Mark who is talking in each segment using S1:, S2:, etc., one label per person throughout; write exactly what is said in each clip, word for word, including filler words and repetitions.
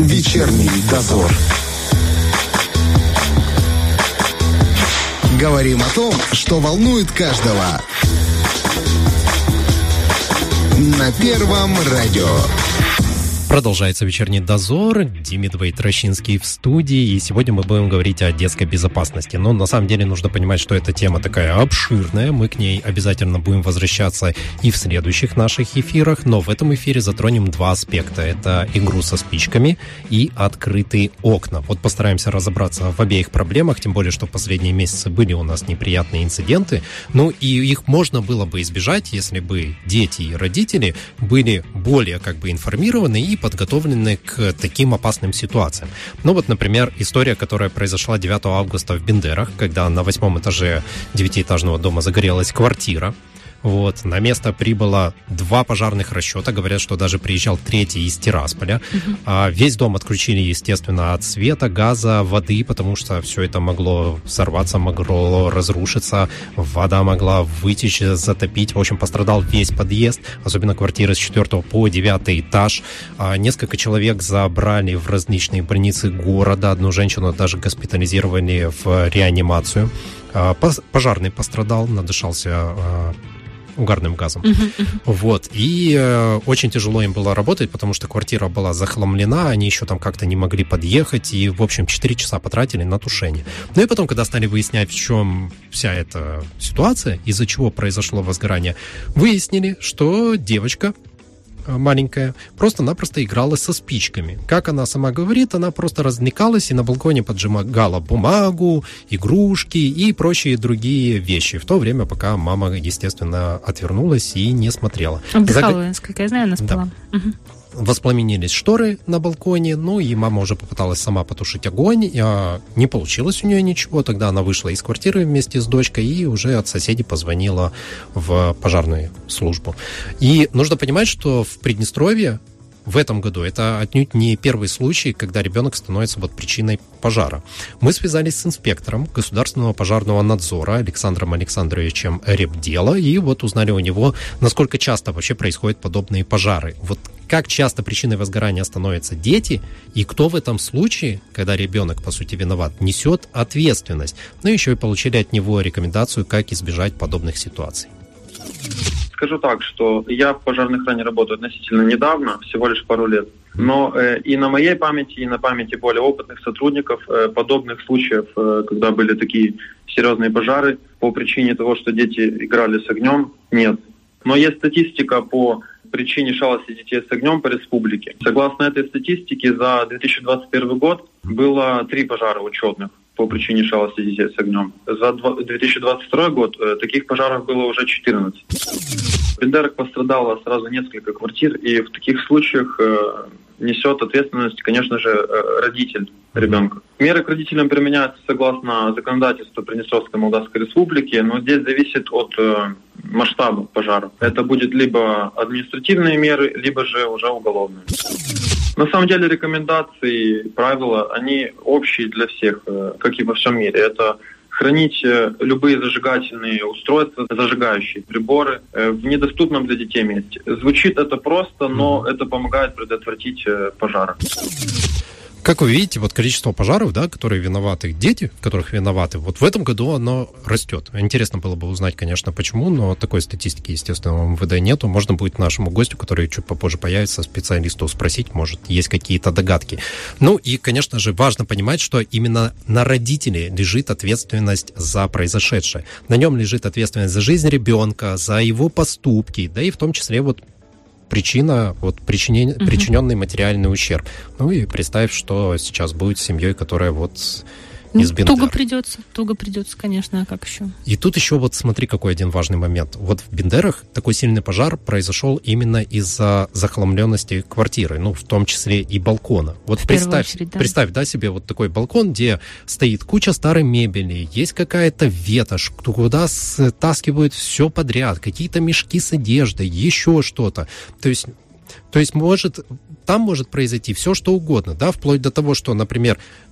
S1: Вечерний дозор. Говорим о том, что волнует каждого. На Первом радио.
S2: Продолжается вечерний дозор. Демид Трощинский в студии. И сегодня мы будем говорить о детской безопасности. Но на самом деле нужно понимать, что эта тема такая обширная. Мы к ней обязательно будем возвращаться и в следующих наших эфирах. Но в этом эфире затронем два аспекта. Это игру со спичками и открытые окна. Вот постараемся разобраться в обеих проблемах. Тем более, что в последние месяцы были у нас неприятные инциденты. Ну и их можно было бы избежать, если бы дети и родители были более как бы информированы и подготовлены к таким опасным ситуациям. Ну вот, например, история, которая произошла девятого августа в Бендерах, когда на восьмом этаже девятиэтажного дома загорелась квартира. Вот, на место прибыло два пожарных расчета. Говорят, что даже приезжал третий из Тирасполя. Uh-huh. А весь дом отключили, естественно, от света, газа, воды, потому что все это могло сорваться, могло разрушиться. Вода могла вытечь, затопить. В общем, пострадал весь подъезд, особенно квартиры с четвертого по девятый этаж. А несколько человек забрали в различные больницы города. Одну женщину даже госпитализировали в реанимацию. А пожарный пострадал, надышался угарным газом. Uh-huh, uh-huh. Вот. И э, очень тяжело им было работать, потому что квартира была захламлена, они еще там как-то не могли подъехать, и, в общем, четыре часа потратили на тушение. Ну и потом, когда стали выяснять, в чем вся эта ситуация, из-за чего произошло возгорание, выяснили, что девочка маленькая просто-напросто играла со спичками. Как она сама говорит, она просто развлекалась и на балконе поджигала бумагу, игрушки и прочие другие вещи. В то время, пока мама, естественно, отвернулась и не смотрела.
S3: Отдыхала, Заг... насколько я знаю, она спала.
S2: Да. Угу. Воспламенились шторы на балконе, ну и мама уже попыталась сама потушить огонь, а не получилось у нее ничего, тогда она вышла из квартиры вместе с дочкой и уже от соседей позвонила в пожарную службу. И нужно понимать, что в Приднестровье в этом году это отнюдь не первый случай, когда ребенок становится вот причиной пожара. Мы связались с инспектором Государственного пожарного надзора Александром Александровичем Репдело и вот узнали у него, насколько часто вообще происходят подобные пожары. Вот как часто причиной возгорания становятся дети, и кто в этом случае, когда ребенок, по сути, виноват, несет ответственность. Ну и еще и получили от него рекомендацию, как избежать подобных ситуаций.
S4: Скажу так, что я в пожарной охране работаю относительно недавно, всего лишь пару лет. Но э, и на моей памяти, и на памяти более опытных сотрудников э, подобных случаев, э, когда были такие серьезные пожары по причине того, что дети играли с огнем, нет. Но есть статистика по причине шалости детей с огнем по республике. Согласно этой статистике, за две тысячи двадцать первый год было три пожара учетных по причине шалости детей с огнем. За две тысячи двадцать второй год э, таких пожаров было уже четырнадцать. В Бендерах пострадало сразу несколько квартир, и в таких случаях э, несет ответственность, конечно же, э, родитель ребенка. Меры к родителям применяются согласно законодательству Приднестровской Молдавской Республики, но здесь зависит от э, масштаба пожара. Это будет либо административные меры, либо же уже уголовные. На самом деле рекомендации, правила, они общие для всех, э, как и во всем мире. Это хранить любые зажигательные устройства, зажигающие приборы в недоступном для детей месте. Звучит это просто, но это помогает предотвратить пожары.
S2: Как вы видите, вот количество пожаров, да, которые виноваты дети, в которых виноваты, вот в этом году оно растет. Интересно было бы узнать, конечно, почему, но такой статистики, естественно, в эм вэ дэ нету. Можно будет нашему гостю, который чуть попозже появится, специалисту спросить, может, есть какие-то догадки. Ну и, конечно же, важно понимать, что именно на родителе лежит ответственность за произошедшее. На нем лежит ответственность за жизнь ребенка, за его поступки, да и в том числе вот причина, вот причинен, uh-huh. причиненный материальный ущерб. Ну и представь, что сейчас будет с семьей, которая вот из Бендер.
S3: Туго придется, туго придется, конечно, а как еще?
S2: И тут еще вот смотри, какой один важный момент. Вот в Бендерах такой сильный пожар произошел именно из-за захламленности квартиры, ну, в том числе и балкона. Вот в представь, очередь, да. представь, да, себе вот такой балкон, где стоит куча старой мебели, есть какая-то ветошь, куда стаскивают все подряд, какие-то мешки с одеждой, еще что-то. То есть, то есть может, там может произойти все, что угодно, да, вплоть до того, что, например,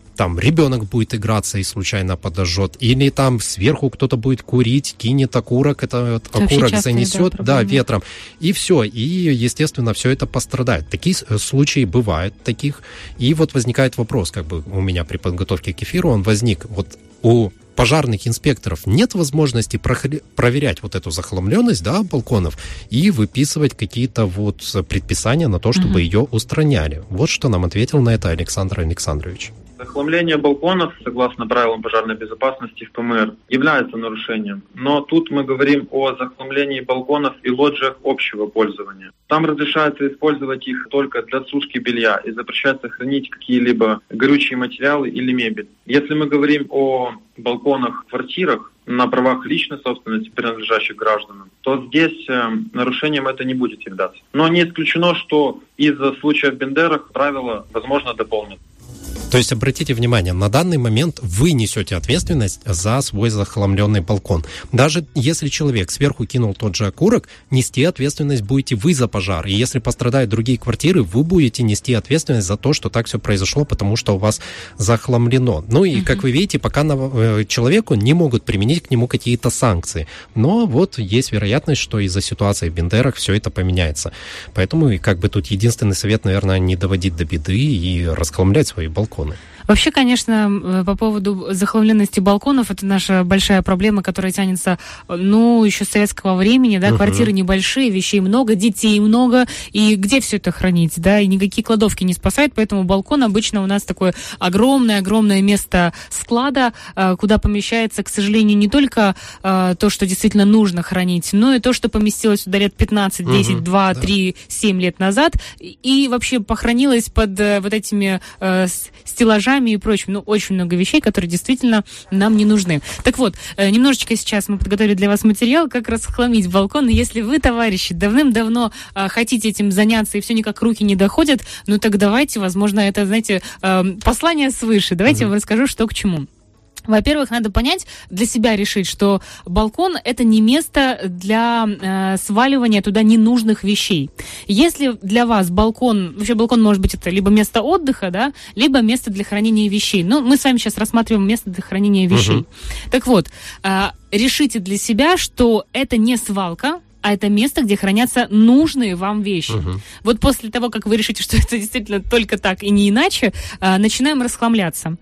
S2: там ребенок будет играться и случайно подожжет, или там сверху кто-то будет курить, кинет окурок, этот окурок занесет, да, да, ветром, и все, и, естественно, все это пострадает. Такие случаи бывают, таких, и вот возникает вопрос, как бы у меня при подготовке к эфиру он возник, вот у пожарных инспекторов нет возможности прохр- проверять вот эту захламленность, да, балконов и выписывать какие-то вот предписания на то, чтобы uh-huh. ее устраняли. Вот что нам ответил на это Александр Александрович.
S4: Захламление балконов, согласно правилам пожарной безопасности в ПМР, является нарушением. Но тут мы говорим о захламлении балконов и лоджиях общего пользования. Там разрешается использовать их только для сушки белья и запрещается хранить какие-либо горючие материалы или мебель. Если мы говорим о балконах в квартирах на правах личной собственности, принадлежащих гражданам, то здесь э, нарушением это не будет являться. Но не исключено, что из-за случая в Бендерах правила, возможно, дополнят.
S2: То есть, обратите внимание, на данный момент вы несете ответственность за свой захламленный балкон. Даже если человек сверху кинул тот же окурок, нести ответственность будете вы за пожар. И если пострадают другие квартиры, вы будете нести ответственность за то, что так все произошло, потому что у вас захламлено. Ну и, uh-huh. как вы видите, пока на, э, человеку не могут применить к нему какие-то санкции. Но вот есть вероятность, что из-за ситуации в Бендерах все это поменяется. Поэтому, как бы тут единственный совет, наверное, не доводить до беды и расхламлять свои балконы.
S3: Вообще, конечно, по поводу захламленности балконов, это наша большая проблема, которая тянется, ну, еще с советского времени, да, uh-huh. квартиры небольшие, вещей много, детей много, и где все это хранить, да, и никакие кладовки не спасают, поэтому балкон обычно у нас такое огромное-огромное место склада, куда помещается, к сожалению, не только то, что действительно нужно хранить, но и то, что поместилось сюда лет пятнадцать, десять, uh-huh. два, три, семь лет назад, и вообще похоронилось под вот этими стеллажами и прочим. Ну, очень много вещей, которые действительно нам не нужны. Так вот, немножечко сейчас мы подготовили для вас материал, как расхламить балкон. И если вы, товарищи, давным-давно а, хотите этим заняться, и все никак руки не доходят, ну так давайте, возможно, это, знаете, а, послание свыше. Давайте mm-hmm. я вам расскажу, что к чему. Во-первых, надо понять, для себя решить, что балкон – это не место для э, сваливания туда ненужных вещей. Если для вас балкон, вообще балкон может быть это либо место отдыха, да, либо место для хранения вещей. Ну, мы с вами сейчас рассматриваем место для хранения вещей. Uh-huh. Так вот, э, решите для себя, что это не свалка, а это место, где хранятся нужные вам вещи. Uh-huh. Вот после того, как вы решите, что это действительно только так и не иначе, э, начинаем расхламляться.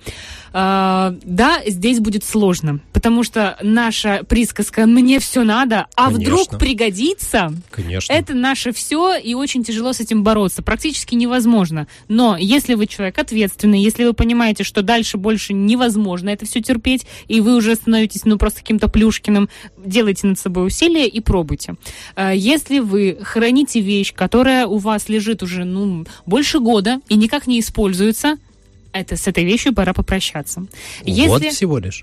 S3: Э, да, здесь будет сложно, потому что наша присказка «мне все надо», а Конечно. Вдруг пригодится, Конечно. Это наше все, и очень тяжело с этим бороться. Практически невозможно. Но если вы человек ответственный, если вы понимаете, что дальше больше невозможно это все терпеть, и вы уже становитесь ну просто каким-то Плюшкиным, делайте над собой усилия и пробуйте. Если вы храните вещь, которая у вас лежит уже ну, больше года и никак не используется, это с этой вещью пора попрощаться. Если...
S2: Вот всего лишь.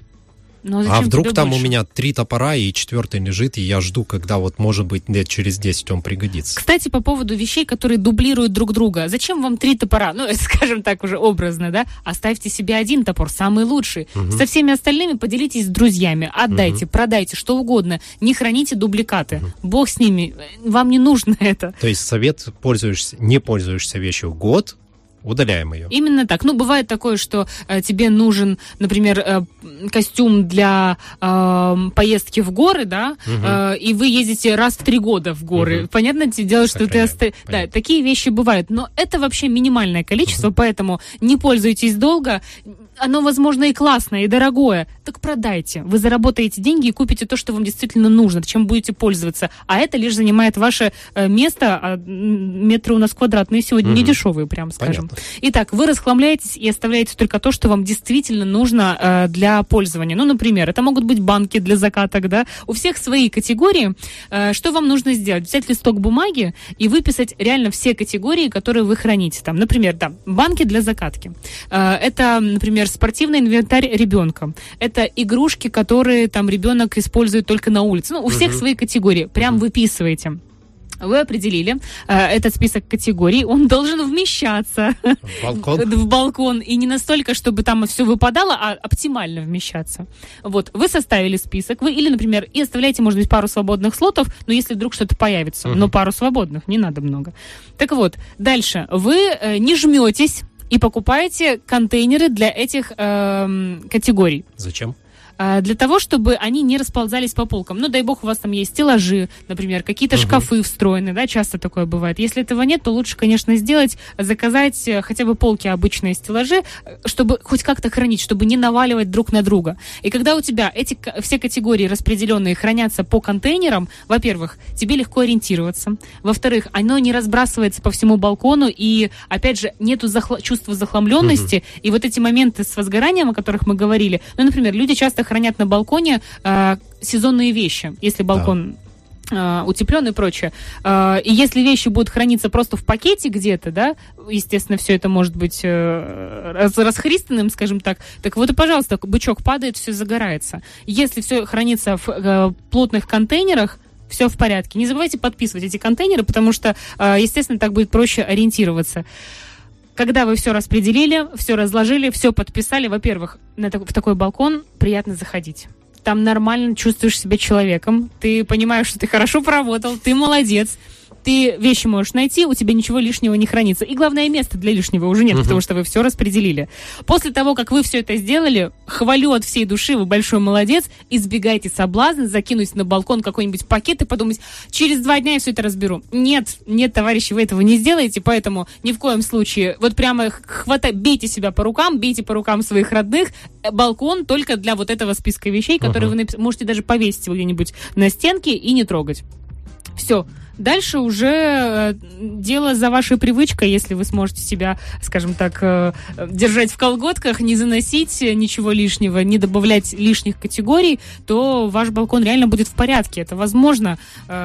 S2: А вдруг там больше? У меня три топора и четвертый лежит, и я жду, когда вот, может быть, лет через десять он пригодится.
S3: Кстати, по поводу вещей, которые дублируют друг друга. Зачем вам три топора? Ну, скажем так, уже образно, да? Оставьте себе один топор, самый лучший. Угу. Со всеми остальными поделитесь с друзьями. Отдайте, угу. продайте, что угодно. Не храните дубликаты. Угу. Бог с ними. Вам не нужно это.
S2: То есть совет, пользуешься, не пользуешься вещью год, удаляем ее.
S3: Именно так. Ну, бывает такое, что э, тебе нужен, например, э, костюм для э, поездки в горы, да, угу. э, и вы ездите раз в три года в горы. Угу. Понятное дело, что ты... Оста... Да, такие вещи бывают. Но это вообще минимальное количество, угу. поэтому не пользуйтесь долго. Оно, возможно, и классное, и дорогое. Так продайте. Вы заработаете деньги и купите то, что вам действительно нужно, чем будете пользоваться. А это лишь занимает ваше э, место. А метры у нас квадратные сегодня угу. не дешевые, прям скажем. Понятно. Итак, вы расхламляетесь и оставляете только то, что вам действительно нужно э, для пользования. Ну, например, это могут быть банки для закаток, да. У всех свои категории. Э, что вам нужно сделать? Взять листок бумаги и выписать реально все категории, которые вы храните. Там, например, да, банки для закатки. Э, это, например, спортивный инвентарь ребенка. Это игрушки, которые там ребенок использует только на улице. Ну, у всех uh-huh. свои категории. Прям uh-huh. выписываете. Вы определили э, этот список категорий, он должен вмещаться в балкон. в балкон, и не настолько, чтобы там все выпадало, а оптимально вмещаться. Вот, вы составили список, вы или, например, и оставляете, может быть, пару свободных слотов, но если вдруг что-то появится, uh-huh. но пару свободных, не надо много. Так вот, дальше, вы э, не жметесь, и покупаете контейнеры для этих э, категорий.
S2: Зачем?
S3: Для того, чтобы они не расползались по полкам. Ну, дай бог, у вас там есть стеллажи, например, какие-то uh-huh. шкафы встроены, да, часто такое бывает. Если этого нет, то лучше, конечно, сделать, заказать хотя бы полки, обычные стеллажи, чтобы хоть как-то хранить, чтобы не наваливать друг на друга. И когда у тебя эти все категории распределенные хранятся по контейнерам, во-первых, тебе легко ориентироваться, во-вторых, оно не разбрасывается по всему балкону, и, опять же, нету захла- чувства захламленности, uh-huh. и вот эти моменты с возгоранием, о которых мы говорили, ну, например, люди часто хранят на балконе э, сезонные вещи, если балкон да. э, утеплен и прочее. Э, и если вещи будут храниться просто в пакете где-то, да, естественно, все это может быть э, раз, расхристанным, скажем так, так вот и, пожалуйста, бычок падает, все загорается. Если все хранится в э, плотных контейнерах, все в порядке. Не забывайте подписывать эти контейнеры, потому что, э, естественно, так будет проще ориентироваться. Когда вы все распределили, все разложили, все подписали, во-первых, на так, в такой балкон приятно заходить. Там нормально чувствуешь себя человеком, ты понимаешь, что ты хорошо поработал, ты молодец, ты вещи можешь найти, у тебя ничего лишнего не хранится. И главное, места для лишнего уже нет, uh-huh. потому что вы все распределили. После того, как вы все это сделали, хвалю от всей души, вы большой молодец, избегайте соблазна закинуть на балкон какой-нибудь пакет и подумать, через два дня я все это разберу. Нет, нет, товарищи, вы этого не сделаете, поэтому ни в коем случае, вот прямо хватай, бейте себя по рукам, бейте по рукам своих родных, балкон только для вот этого списка вещей, которые uh-huh. вы напис- можете даже повесить его где-нибудь на стенке и не трогать. Все. Дальше уже э, дело за вашей привычкой, если вы сможете себя, скажем так, э, держать в колготках, не заносить ничего лишнего, не добавлять лишних категорий, то ваш балкон реально будет в порядке. Это возможно.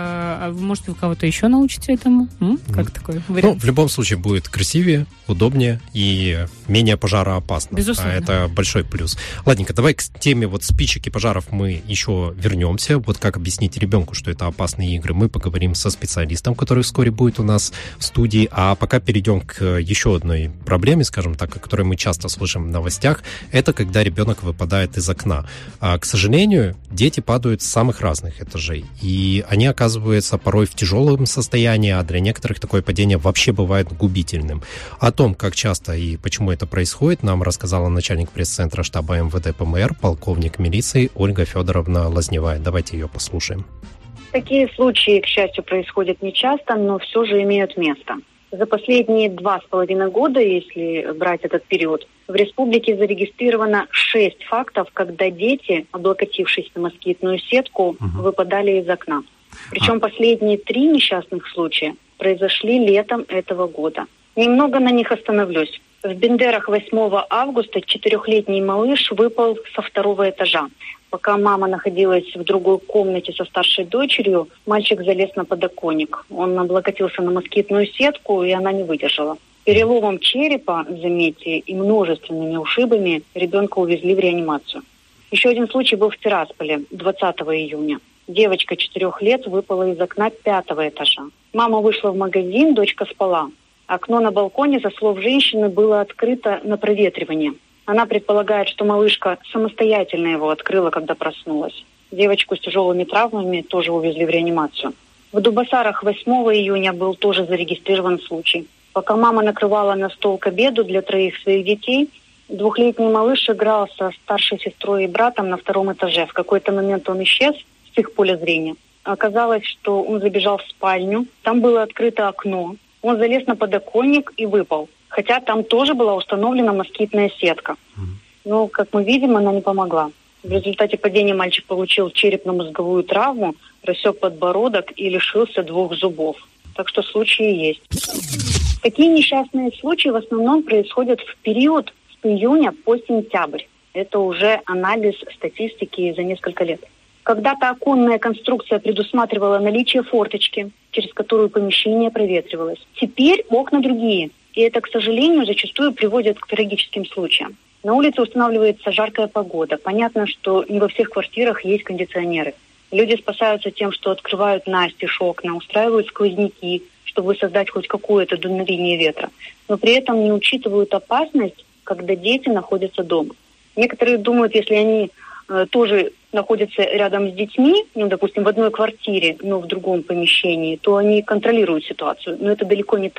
S3: Э, может, вы кого-то еще научите этому? М? Как mm. такой вариант?
S2: Ну, в любом случае будет красивее, удобнее и менее пожароопасно.
S3: Безусловно.
S2: А это большой плюс. Ладненько, давай к теме вот спичек и пожаров мы еще вернемся. Вот как объяснить ребенку, что это опасные игры, мы поговорим со специалистом, который вскоре будет у нас в студии. А пока перейдем к еще одной проблеме, скажем так, о которой мы часто слышим в новостях, это когда ребенок выпадает из окна. А, к сожалению, дети падают с самых разных этажей, и они оказываются порой в тяжелом состоянии, а для некоторых такое падение вообще бывает губительным. О том, как часто и почему это происходит, нам рассказала начальник пресс-центра штаба эм вэ дэ пэ эм эр, полковник милиции Ольга Федоровна Лазневая. Давайте ее послушаем.
S5: Такие случаи, к счастью, происходят нечасто, но все же имеют место. За последние два с половиной года, если брать этот период, в республике зарегистрировано шесть фактов, когда дети, облокотившись на москитную сетку, угу. выпадали из окна. Причем а. последние три несчастных случая произошли летом этого года. Немного на них остановлюсь. В Бендерах восьмого августа четырехлетний малыш выпал со второго этажа. Пока мама находилась в другой комнате со старшей дочерью, мальчик залез на подоконник. Он облокотился на москитную сетку, и она не выдержала. Переломом черепа, заметьте, и множественными ушибами ребенка увезли в реанимацию. Еще один случай был в Тирасполе двадцатого июня. Девочка четырех лет выпала из окна пятого этажа. Мама вышла в магазин, дочка спала. Окно на балконе, со слов женщины, было открыто на проветривание. Она предполагает, что малышка самостоятельно его открыла, когда проснулась. Девочку с тяжелыми травмами тоже увезли в реанимацию. В Дубасарах восьмого июня был тоже зарегистрирован случай. Пока мама накрывала на стол к обеду для троих своих детей, двухлетний малыш играл со старшей сестрой и братом на втором этаже. В какой-то момент он исчез с их поля зрения. Оказалось, что он забежал в спальню, там было открыто окно. Он залез на подоконник и выпал. Хотя там тоже была установлена москитная сетка. Но, как мы видим, она не помогла. В результате падения мальчик получил черепно-мозговую травму, рассек подбородок и лишился двух зубов. Так что случаи есть. Такие несчастные случаи в основном происходят в период с июня по сентябрь. Это уже анализ статистики за несколько лет. Когда-то оконная конструкция предусматривала наличие форточки, через которую помещение проветривалось. Теперь окна другие. И это, к сожалению, зачастую приводит к трагическим случаям. На улице устанавливается жаркая погода. Понятно, что не во всех квартирах есть кондиционеры. Люди спасаются тем, что открывают настежь окна, устраивают сквозняки, чтобы создать хоть какое-то дуновение ветра. Но при этом не учитывают опасность, когда дети находятся дома. Некоторые думают, если они э, тоже находятся рядом с детьми, ну, допустим, в одной квартире, но в другом помещении, то они контролируют ситуацию. Но это далеко не так.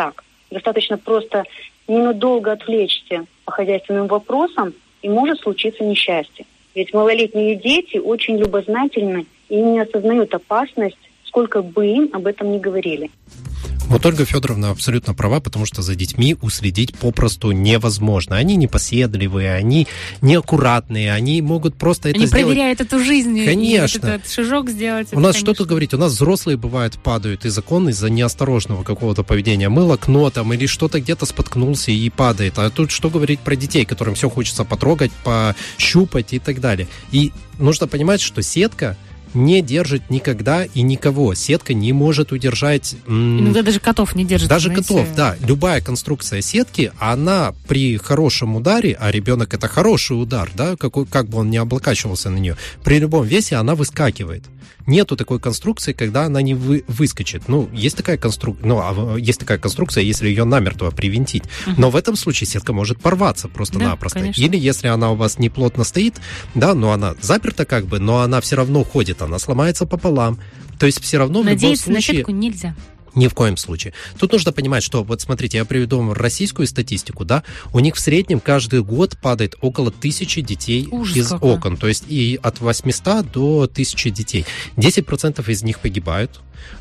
S5: Достаточно просто ненадолго отвлечься по хозяйственным вопросам, и может случиться несчастье. Ведь малолетние дети очень любознательны и не осознают опасность, сколько бы им об этом ни говорили.
S2: Вот Ольга Федоровна абсолютно права, потому что за детьми уследить попросту невозможно. Они непоседливые, они неаккуратные, они могут просто это
S3: они
S2: сделать...
S3: Они проверяют эту жизнь.
S2: Конечно.
S3: И вот этот шажок сделать.
S2: У нас что-то говорить, у нас взрослые, бывает, падают из окон из-за неосторожного какого-то поведения. Мыл окно там или что-то где-то споткнулся и падает. А тут что говорить про детей, которым все хочется потрогать, пощупать и так далее. И нужно понимать, что сетка не держит никогда и никого. Сетка не может удержать... М-
S3: Иногда даже котов не держит.
S2: Даже
S3: знаете.
S2: котов, да. Любая конструкция сетки, она при хорошем ударе, а ребенок это хороший удар, да, какой, как бы он ни облокачивался на нее, при любом весе она выскакивает. Нету такой конструкции, когда она не вы, выскочит. Ну, есть такая конструкция, ну, а есть такая конструкция, если ее намертво привинтить. Uh-huh. Но в этом случае сетка может порваться просто-напросто. Да, или если она у вас не плотно стоит, да, но она заперта как бы, но она все равно ходит, она сломается пополам. То есть все равно в
S3: Надеяться
S2: любом случае...
S3: на сетку нельзя.
S2: Ни в коем случае. Тут нужно понимать, что, вот смотрите, я приведу вам российскую статистику, да, у них в среднем каждый год падает около тысячи детей
S3: Ужас
S2: из
S3: какой.
S2: окон, то есть и от восьмисот до тысячи детей. десять процентов из них погибают,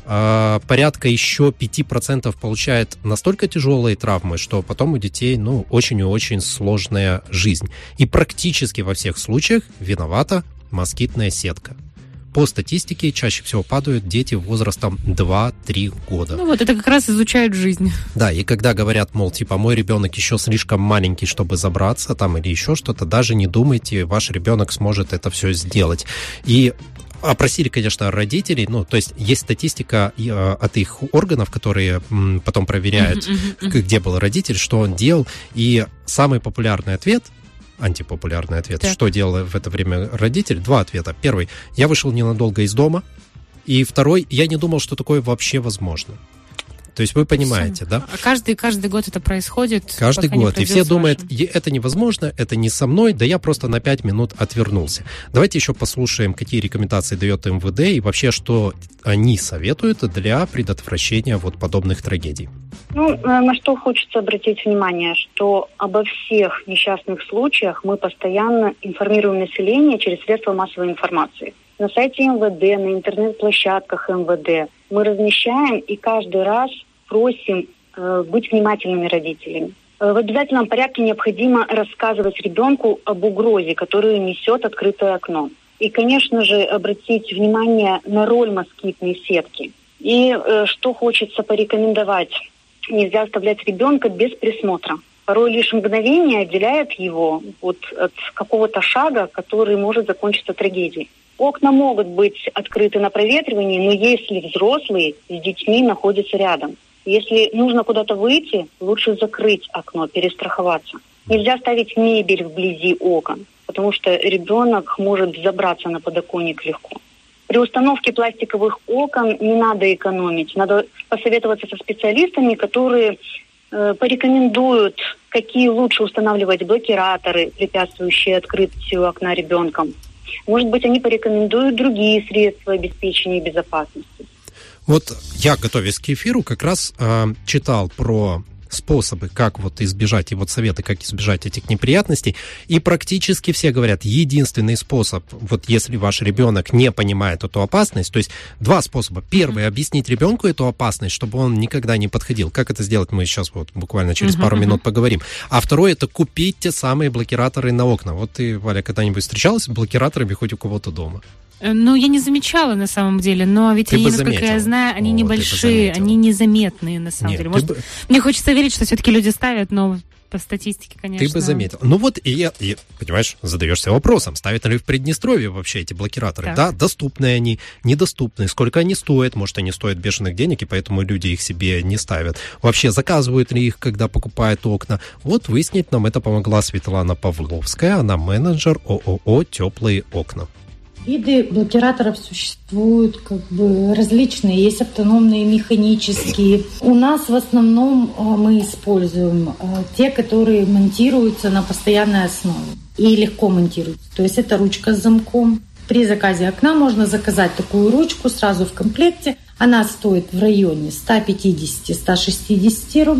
S2: а, порядка еще пять процентов получает настолько тяжелые травмы, что потом у детей, ну, очень и очень сложная жизнь. И практически во всех случаях виновата москитная сетка. По статистике чаще всего падают дети возрастом два-три года.
S3: Ну вот, это как раз изучают жизнь.
S2: Да, и когда говорят, мол, типа, мой ребенок еще слишком маленький, чтобы забраться там или еще что-то, даже не думайте, ваш ребенок сможет это все сделать. И опросили, конечно, родителей, ну, то есть есть статистика от их органов, которые м, потом проверяют, uh-huh, uh-huh, uh-huh. где был родитель, что он делал, и самый популярный ответ – антипопулярный ответ. Так. Что делал в это время родитель? Два ответа. Первый. Я вышел ненадолго из дома. И второй. Я не думал, что такое вообще возможно. То есть вы понимаете, да?
S3: А каждый, каждый год это происходит?
S2: Каждый год. И все думают, это невозможно, это не со мной, да я просто на пять минут отвернулся. Давайте еще послушаем, какие рекомендации дает эм вэ дэ и вообще, что они советуют для предотвращения вот подобных трагедий.
S5: Ну, на что хочется обратить внимание, что обо всех несчастных случаях мы постоянно информируем население через средства массовой информации. На сайте эм вэ дэ, на интернет-площадках эм вэ дэ мы размещаем и каждый раз просим э, быть внимательными родителями. Э, в обязательном порядке необходимо рассказывать ребенку об угрозе, которую несет открытое окно. И, конечно же, обратить внимание на роль москитной сетки. И э, что хочется порекомендовать. Нельзя оставлять ребенка без присмотра. Порой лишь мгновение отделяет его вот от какого-то шага, который может закончиться трагедией. Окна могут быть открыты на проветривании, но если взрослые с детьми находятся рядом. Если нужно куда-то выйти, лучше закрыть окно, перестраховаться. Нельзя ставить мебель вблизи окон, потому что ребенок может забраться на подоконник легко. При установке пластиковых окон не надо экономить. Надо посоветоваться со специалистами, которые э, порекомендуют, какие лучше устанавливать блокираторы, препятствующие открытию окна ребенком. Может быть, они порекомендуют другие средства обеспечения безопасности.
S2: Вот я, готовясь к эфиру, как раз э, читал про способы, как вот избежать, и вот советы, как избежать этих неприятностей, и практически все говорят, единственный способ, вот если ваш ребенок не понимает эту опасность, то есть два способа. Первый, объяснить ребенку эту опасность, чтобы он никогда не подходил. Как это сделать, мы сейчас вот буквально через пару uh-huh, минут uh-huh. поговорим. А второй, это купить те самые блокираторы на окна. Вот ты, Валя, когда-нибудь встречалась с блокираторами хоть у кого-то дома?
S3: Ну, я не замечала на самом деле, но ведь
S2: ты
S3: они, насколько
S2: заметила.
S3: я знаю, они
S2: О,
S3: небольшие, они незаметные на самом
S2: Нет,
S3: деле. Может,
S2: бы...
S3: Мне хочется верить, что все-таки люди ставят, но по статистике, конечно.
S2: Ты бы заметил. Ну вот, и, я, и понимаешь, задаешься вопросом, ставят ли в Приднестровье вообще эти блокираторы? Так. Да, доступные они, недоступные. Сколько они стоят? Может, они стоят бешеных денег, и поэтому люди их себе не ставят. Вообще, заказывают ли их, когда покупают окна? Вот выяснить нам это помогла Светлана Павловская, она менеджер ООО «Теплые окна».
S6: Виды блокираторов существуют как бы различные, есть автономные, механические. У нас в основном мы используем те, которые монтируются на постоянной основе и легко монтируются. То есть это ручка с замком. При заказе окна можно заказать такую ручку сразу в комплекте. Она стоит в районе сто пятьдесят - сто шестьдесят рублей.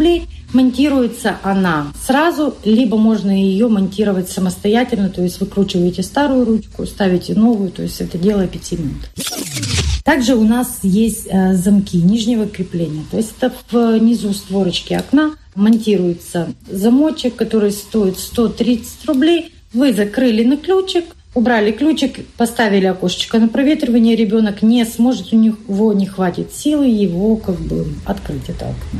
S6: Монтируется она сразу, либо можно ее монтировать самостоятельно, то есть выкручиваете старую ручку, ставите новую, то есть это дело пяти минут. Также у нас есть замки нижнего крепления, то есть это внизу створочки окна монтируется замочек, который стоит сто тридцать рублей. Вы закрыли на ключик, убрали ключик, поставили окошечко на проветривание, ребенок не сможет, у него не хватит силы его как бы открыть это окно.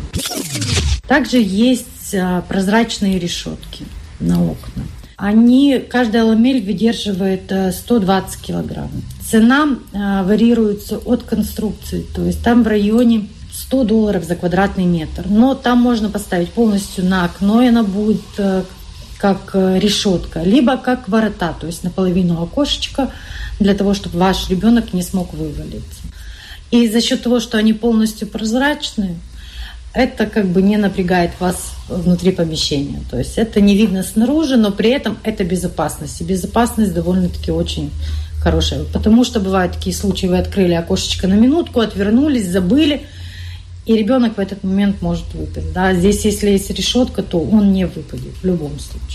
S6: Также есть прозрачные решетки на окна. Они, каждая ламель выдерживает сто двадцать килограмм. Цена варьируется от конструкции, то есть там в районе сто долларов за квадратный метр. Но там можно поставить полностью на окно, и она будет как решетка, либо как ворота, то есть наполовину окошечка, для того, чтобы ваш ребенок не смог вывалиться. И за счет того, что они полностью прозрачные, это как бы не напрягает вас внутри помещения. То есть это не видно снаружи, но при этом это безопасность. И безопасность довольно-таки очень хорошая. Потому что бывают такие случаи, вы открыли окошечко на минутку, отвернулись, забыли, и ребенок в этот момент может выпасть. Да? Здесь, если есть решетка, то он не выпадет в любом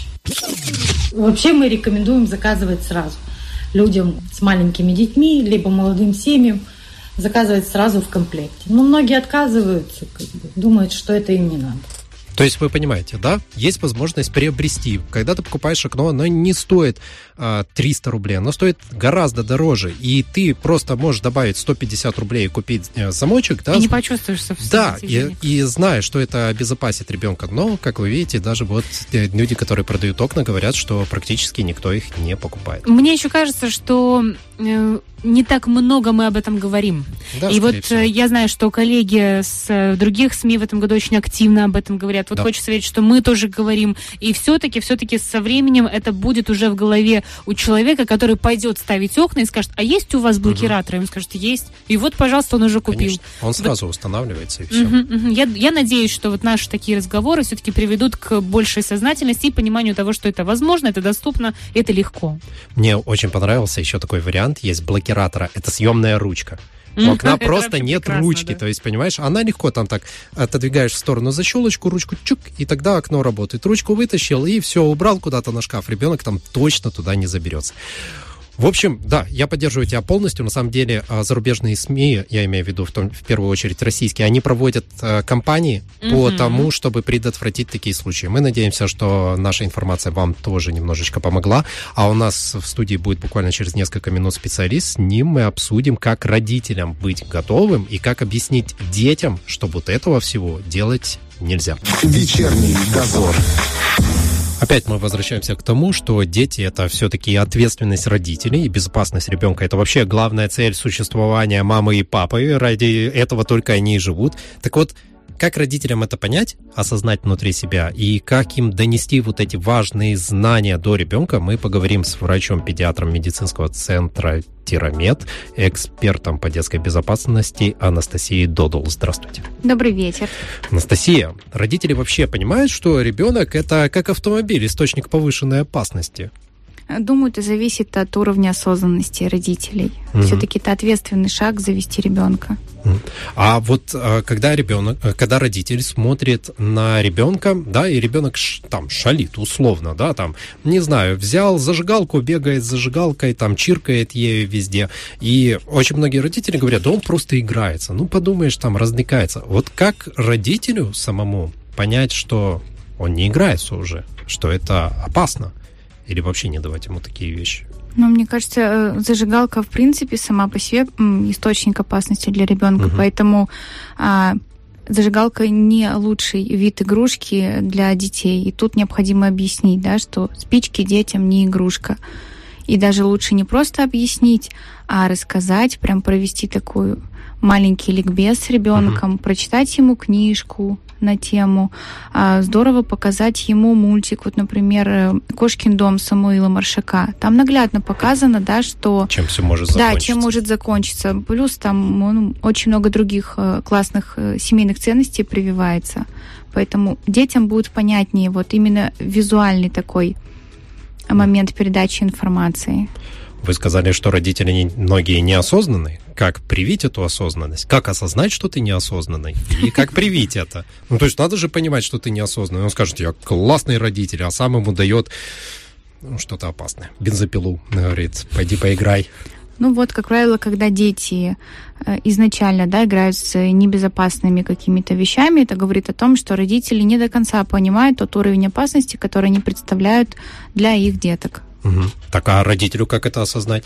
S6: случае. Вообще мы рекомендуем заказывать сразу людям с маленькими детьми, либо молодым семьям, заказывать сразу в комплекте. Но многие отказываются, как бы, думают, что это им не надо.
S2: То есть вы понимаете, да? Есть возможность приобрести. Когда ты покупаешь окно, оно не стоит а, триста рублей, оно стоит гораздо дороже. И ты просто можешь добавить сто пятьдесят рублей и купить э, замочек. Да?
S3: И не почувствуешься в
S2: Да, и, и знаешь, что это обезопасит ребенка. Но, как вы видите, даже вот люди, которые продают окна, говорят, что практически никто их не покупает.
S3: Мне еще кажется, что э, не так много мы об этом говорим.
S2: Да,
S3: и вот
S2: всего.
S3: Я знаю, что коллеги с других СМИ в этом году очень активно об этом говорят. Вот да. Хочется верить, что мы тоже говорим. И все-таки, все-таки со временем это будет уже в голове у человека, который пойдет ставить окна и скажет, а есть у вас блокираторы? Угу. Он скажет, есть. И вот, пожалуйста, он уже купил.
S2: Конечно. Он сразу вот. устанавливается и все.
S3: Угу, угу. Я, я надеюсь, что вот наши такие разговоры все-таки приведут к большей сознательности и пониманию того, что это возможно, это доступно, это легко.
S2: Мне очень понравился еще такой вариант. Есть блокиратора. Это съемная ручка. У окна просто нет ручки, да. То есть, понимаешь, она легко там так отодвигаешь в сторону защелочку, ручку чук, и тогда окно работает. Ручку вытащил и все, убрал куда-то на шкаф. Ребенок там точно туда не заберется. В общем, да, я поддерживаю тебя полностью. На самом деле, зарубежные СМИ, я имею в виду в, том, в первую очередь российские, они проводят э, кампании mm-hmm. по тому, чтобы предотвратить такие случаи. Мы надеемся, что наша информация вам тоже немножечко помогла. А у нас в студии будет буквально через несколько минут специалист. С ним мы обсудим, как родителям быть готовым и как объяснить детям, что вот этого всего делать нельзя.
S1: Вечерний дозор.
S2: Опять мы возвращаемся к тому, что дети — это все-таки ответственность родителей, и безопасность ребенка — это вообще главная цель существования мамы и папы. Ради этого только они и живут. Так вот, как родителям это понять, осознать внутри себя, и как им донести вот эти важные знания до ребенка, мы поговорим с врачом-педиатром медицинского центра Тирамед, экспертом по детской безопасности Анастасией Додул. Здравствуйте.
S7: Добрый вечер.
S2: Анастасия, родители вообще понимают, что ребенок — это как автомобиль, источник повышенной опасности?
S7: Думаю, это зависит от уровня осознанности родителей. Угу. Все-таки это ответственный шаг завести ребенка.
S2: А вот когда ребенок, когда родитель смотрит на ребенка, да, и ребенок там шалит условно, да, там, не знаю, взял зажигалку, бегает с зажигалкой, там, чиркает ею везде. И очень многие родители говорят, да он просто играется. Ну, подумаешь, там, развлекается. Вот как родителю самому понять, что он не играется уже, что это опасно? Или вообще не давать ему такие вещи?
S7: Ну, мне кажется, зажигалка, в принципе, сама по себе источник опасности для ребенка, угу. Поэтому а, зажигалка не лучший вид игрушки для детей. И тут необходимо объяснить, да, что спички детям не игрушка. И даже лучше не просто объяснить, а рассказать, прям провести такой маленький ликбез с ребенком, угу. Прочитать ему книжку на тему. Здорово показать ему мультик, вот, например, «Кошкин дом» Самуила Маршака. Там наглядно показано, да, что...
S2: Чем все может закончиться.
S7: Да, чем может закончиться. Плюс там ну, очень много других классных семейных ценностей прививается. Поэтому детям будет понятнее вот именно визуальный такой момент передачи информации.
S2: Вы сказали, что родители не, многие неосознанные. Как привить эту осознанность? Как осознать, что ты неосознанный? И как привить это? Ну, то есть надо же понимать, что ты неосознанный. Он скажет, я классный родитель, а сам ему дает ну, что-то опасное. Бензопилу, говорит, пойди поиграй.
S7: Ну вот, как правило, когда дети изначально, да, играют с небезопасными какими-то вещами, это говорит о том, что родители не до конца понимают тот уровень опасности, который они представляют для их деток.
S2: Угу. Так, а родителю как это осознать?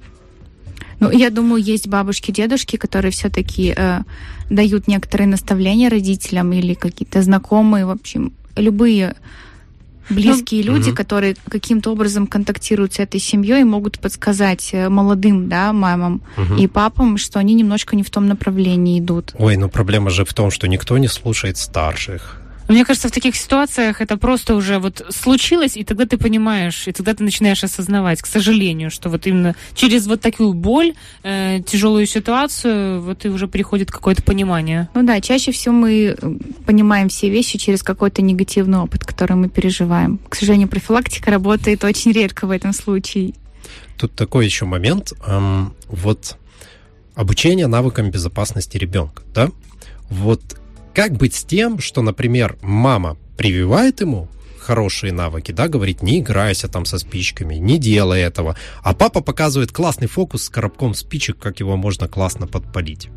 S7: Ну, я думаю, есть бабушки, дедушки, которые все-таки э, дают некоторые наставления родителям или какие-то знакомые, в общем, любые близкие ну, люди, угу. которые каким-то образом контактируют с этой семьей, могут подсказать молодым, да, мамам угу. и папам, что они немножко не в том направлении идут.
S2: Ой, ну проблема же в том, что никто не слушает старших.
S3: Мне кажется, в таких ситуациях это просто уже вот случилось, и тогда ты понимаешь, и тогда ты начинаешь осознавать, к сожалению, что вот именно через вот такую боль, э, тяжелую ситуацию, вот и уже приходит какое-то понимание.
S7: Ну да, чаще всего мы понимаем все вещи через какой-то негативный опыт, который мы переживаем. К сожалению, профилактика работает очень редко в этом случае.
S2: Тут такой еще момент, эм, вот обучение навыкам безопасности ребенка, да, вот. Как быть с тем, что, например, мама прививает ему хорошие навыки, да, говорит, не играйся там со спичками, не делай этого, а папа показывает классный фокус с коробком спичек, как его можно классно подпалить?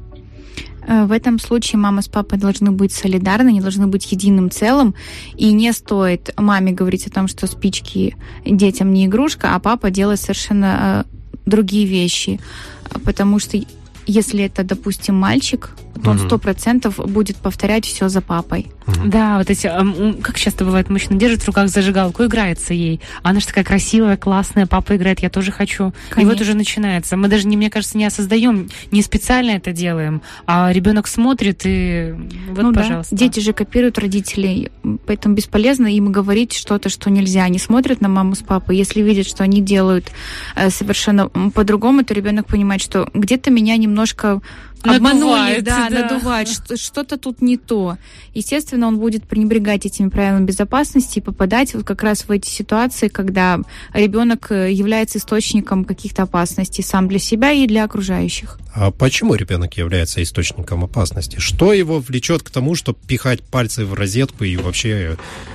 S7: В этом случае мама с папой должны быть солидарны, они должны быть единым целым, и не стоит маме говорить о том, что спички детям не игрушка, а папа делает совершенно другие вещи, потому что если это, допустим, мальчик, то он сто процентов будет повторять все за папой.
S3: Mm-hmm. Да, вот эти, как часто бывает, мужчина держит в руках зажигалку, играется ей. Она же такая красивая, классная, папа играет, я тоже хочу. Конечно. И вот уже начинается. Мы даже, не, мне кажется, не осознаем, не специально это делаем, а ребенок смотрит и вот,
S7: ну,
S3: пожалуйста.
S7: Да. Дети же копируют родителей, поэтому бесполезно им говорить что-то, что нельзя. Они смотрят на маму с папой, если видят, что они делают совершенно по-другому, то ребенок понимает, что где-то меня немножко обманули, да, да. надувать, что, что-то тут не то. Естественно, он будет пренебрегать этими правилами безопасности и попадать вот как раз в эти ситуации, когда ребенок является источником каких-то опасностей сам для себя и для окружающих.
S2: А почему ребенок является источником опасности? Что его влечет к тому, чтобы пихать пальцы в розетку и вообще...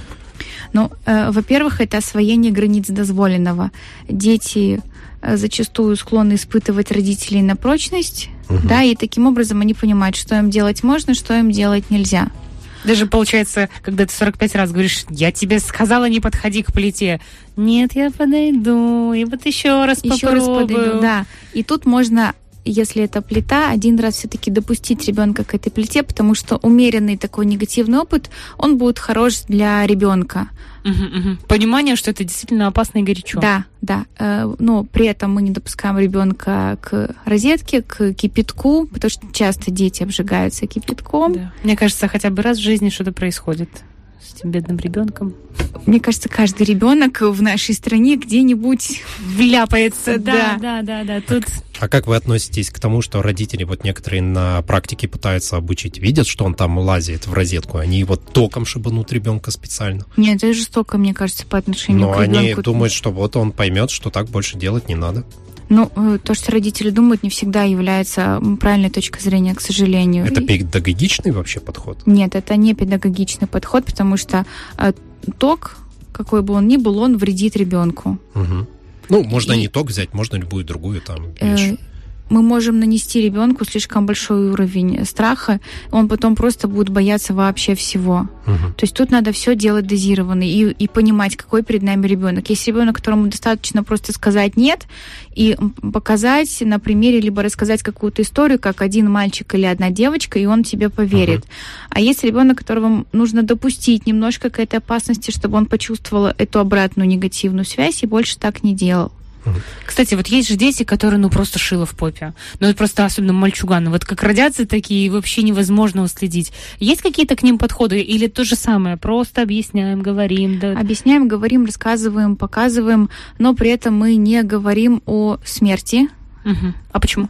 S7: Ну, э, во-первых, это освоение границ дозволенного. Дети э, зачастую склонны испытывать родителей на прочность, угу. да, и таким образом они понимают, что им делать можно, что им делать нельзя.
S3: Даже получается, когда ты сорок пять раз говоришь, я тебе сказала, не подходи к плите. Нет, я подойду, и вот еще раз
S7: еще
S3: попробую.
S7: Раз подойду, да. И тут можно... Если это плита, один раз все-таки допустить ребенка к этой плите, потому что умеренный такой негативный опыт, он будет хорош для ребенка.
S3: Угу, угу. Понимание, что это действительно опасно и горячо.
S7: Да, да. Но при этом мы не допускаем ребенка к розетке, к кипятку, потому что часто дети обжигаются кипятком.
S3: Да. Мне кажется, хотя бы раз в жизни что-то происходит с этим бедным ребенком.
S7: Мне кажется, каждый ребенок в нашей стране где-нибудь
S3: вляпается. Да, да, да, да. Тут...
S2: А как вы относитесь к тому, что родители, вот некоторые на практике пытаются обучить, видят, что он там лазит в розетку, они его током шибанут ребенка специально?
S7: Нет, это жестоко, мне кажется, по отношению
S2: Но
S7: к ребенку.
S2: Но они думают, что вот он поймет, что так больше делать не надо.
S7: Ну, то, что родители думают, не всегда является правильной точкой зрения, к сожалению.
S2: Это педагогичный вообще подход?
S7: Нет, это не педагогичный подход, потому что э, ток, какой бы он ни был, он вредит ребенку.
S2: Угу. Ну, можно и... не ток взять, можно любую другую там вещь. Э,
S7: мы можем нанести ребенку слишком большой уровень страха, он потом просто будет бояться вообще всего. Угу. То есть тут надо все делать дозированно и, и понимать, какой перед нами ребенок. Есть ребенок, которому достаточно просто сказать «нет» и показать на примере, либо рассказать какую-то историю, как один мальчик или одна девочка, и он тебе поверит. Угу. А есть ребенок, которого нужно допустить немножко к этой опасности, чтобы он почувствовал эту обратную негативную связь и больше так не делал.
S3: Кстати, вот есть же дети, которые, ну, просто шило в попе. Ну, это просто особенно мальчуганы. Вот как родятся такие, вообще невозможно уследить. Есть какие-то к ним подходы? Или то же самое? Просто объясняем, говорим? Да?
S7: Объясняем, говорим, рассказываем, показываем, но при этом мы не говорим о смерти.
S3: Угу. А почему?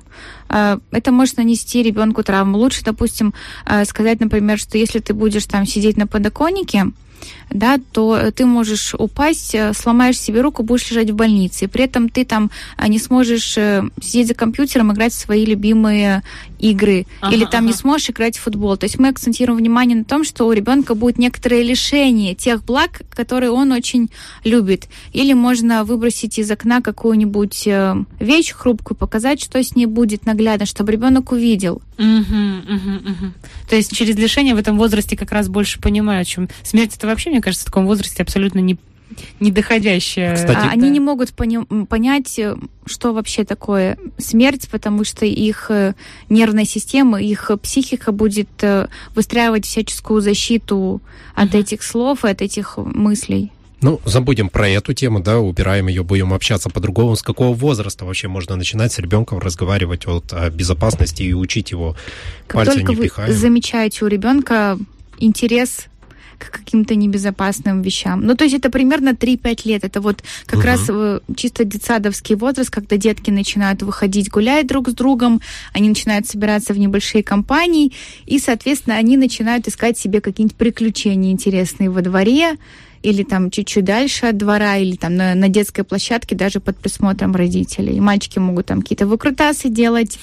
S7: Это может нанести ребенку травму. Лучше, допустим, сказать, например, что если ты будешь там сидеть на подоконнике, да, то ты можешь упасть, сломаешь себе руку, будешь лежать в больнице. И при этом ты там не сможешь сидеть за компьютером, играть в свои любимые игры. Ага, или там ага. не сможешь играть в футбол. То есть мы акцентируем внимание на том, что у ребенка будет некоторое лишение тех благ, которые он очень любит. Или можно выбросить из окна какую-нибудь вещь хрупкую, показать, что с ней будет наглядно, чтобы ребенок увидел.
S3: Угу, угу, угу. То есть через лишение в этом возрасте как раз больше понимают, чем смерть. Это вообще, мне кажется, в таком возрасте абсолютно не недоходящая.
S7: Кстати, а, они да. не могут пони- понять, что вообще такое смерть, потому что их нервная система, их психика будет выстраивать всяческую защиту от uh-huh. этих слов и от этих мыслей.
S2: Ну, забудем про эту тему, да, убираем ее, будем общаться по-другому. С какого возраста вообще можно начинать с ребенком разговаривать вот о безопасности и учить его пальцы не пихаем?
S7: Как только вы замечаете у ребенка интерес к каким-то небезопасным вещам. Ну, то есть это примерно три-пять лет. Это вот как uh-huh. раз чисто детсадовский возраст, когда детки начинают выходить гулять друг с другом, они начинают собираться в небольшие компании, и, соответственно, они начинают искать себе какие-нибудь приключения интересные во дворе, или там чуть-чуть дальше от двора, или там на, на детской площадке, даже под присмотром родителей. И мальчики могут там какие-то выкрутасы делать.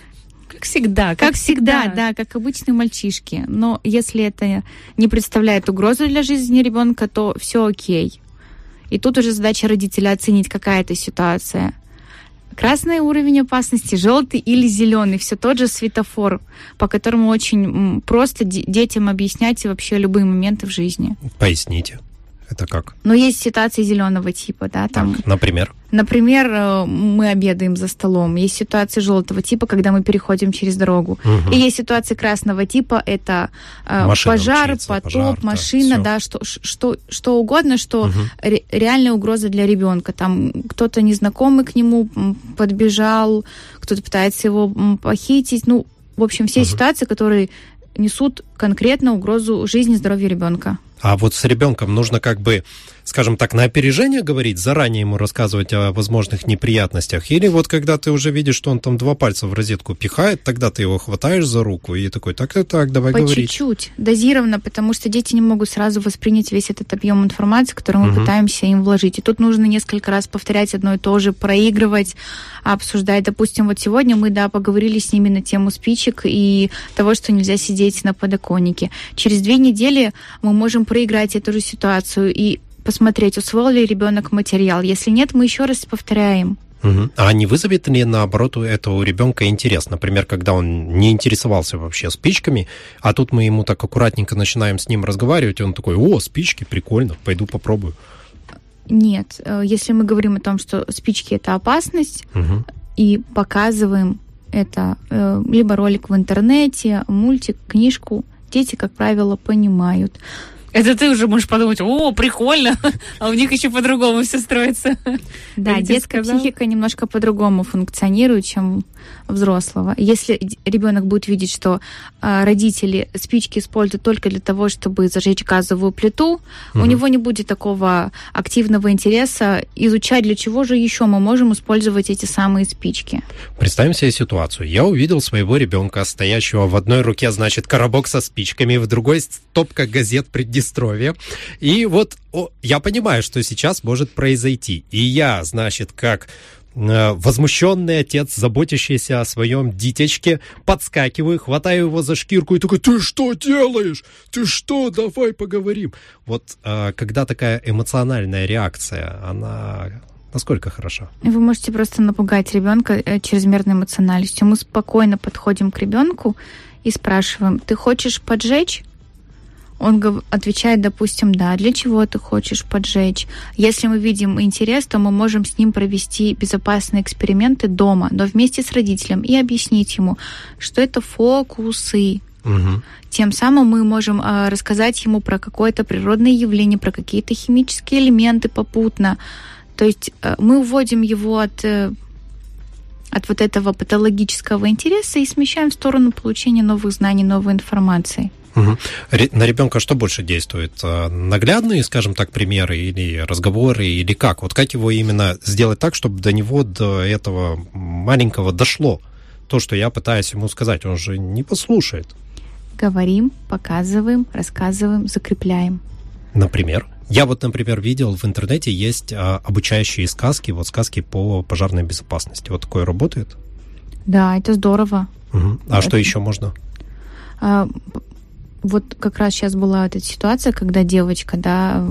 S3: Как всегда.
S7: Как, как всегда, всегда, да, как обычные мальчишки. Но если это не представляет угрозу для жизни ребенка, то все окей. И тут уже задача родителя оценить, какая это ситуация. Красный уровень опасности, желтый или зеленый. Все тот же светофор, по которому очень просто детям объяснять вообще любые моменты в жизни.
S2: Поясните. Это как?
S7: Ну, есть ситуации зеленого типа, да, там.
S2: Так, например?
S7: Например, мы обедаем за столом. Есть ситуации желтого типа, когда мы переходим через дорогу. Угу. И есть ситуации красного типа, это машина пожар, учится, потоп, пожар, машина, да, да что, что, что угодно, что угу. ре- реальная угроза для ребенка. Там кто-то незнакомый к нему подбежал, кто-то пытается его похитить. Ну, в общем, все угу. ситуации, которые несут конкретно угрозу жизни и здоровью ребенка.
S2: А вот с ребенком нужно как бы, скажем так, на опережение говорить, заранее ему рассказывать о возможных неприятностях? Или вот когда ты уже видишь, что он там два пальца в розетку пихает, тогда ты его хватаешь за руку и такой, так и так, давай
S7: По
S2: говорить.
S7: По чуть-чуть, дозированно, потому что дети не могут сразу воспринять весь этот объем информации, который мы угу. пытаемся им вложить. И тут нужно несколько раз повторять одно и то же, проигрывать, обсуждать. Допустим, вот сегодня мы, да, поговорили с ними на тему спичек и того, что нельзя сидеть на подоконнике. Через две недели мы можем проиграть эту же ситуацию и посмотреть, усвоил ли ребенок материал. Если нет, мы еще раз повторяем.
S2: Угу. А не вызовет ли, наоборот, у этого ребенка интерес? Например, когда он не интересовался вообще спичками, а тут мы ему так аккуратненько начинаем с ним разговаривать, и он такой, о, спички, прикольно, пойду попробую.
S7: Нет. Если мы говорим о том, что спички – это опасность, угу. и показываем это, либо ролик в интернете, мультик, книжку, дети, как правило, понимают.
S3: Это ты уже можешь подумать, о, прикольно, а у них еще по-другому все строится.
S7: Да, детская психика немножко по-другому функционирует, чем взрослого. Если ребенок будет видеть, что а, родители спички используют только для того, чтобы зажечь газовую плиту, угу. у него не будет такого активного интереса изучать, для чего же еще мы можем использовать эти самые спички.
S2: Представим себе ситуацию. Я увидел своего ребенка, стоящего в одной руке, значит, коробок со спичками, в другой стопка газет Приднестровья. И вот о, я понимаю, что сейчас может произойти. И я, значит, как возмущенный отец, заботящийся о своем дитячке, подскакиваю, хватаю его за шкирку и такой, ты что делаешь? Ты что? Давай поговорим. Вот когда такая эмоциональная реакция, она насколько хороша?
S7: Вы можете просто напугать ребенка чрезмерной эмоциональностью. Мы спокойно подходим к ребенку и спрашиваем, ты хочешь поджечь? Он отвечает, допустим, да, для чего ты хочешь поджечь? Если мы видим интерес, то мы можем с ним провести безопасные эксперименты дома, но вместе с родителем, и объяснить ему, что это фокусы. Угу. Тем самым мы можем э, рассказать ему про какое-то природное явление, про какие-то химические элементы попутно. То есть э, мы уводим его от, э, от вот этого патологического интереса и смещаем в сторону получения новых знаний, новой информации.
S2: Угу. На ребенка что больше действует? Наглядные, скажем так, примеры или разговоры, или как? Вот как его именно сделать так, чтобы до него, до этого маленького дошло то, что я пытаюсь ему сказать? Он же не послушает.
S7: Говорим, показываем, рассказываем, закрепляем.
S2: Например? Я вот, например, видел в интернете есть а, обучающие сказки, вот сказки по пожарной безопасности. Вот такое работает?
S7: Да, это здорово.
S2: Угу. А
S7: это...
S2: что еще можно?
S7: А, вот как раз сейчас была эта ситуация, когда девочка, да,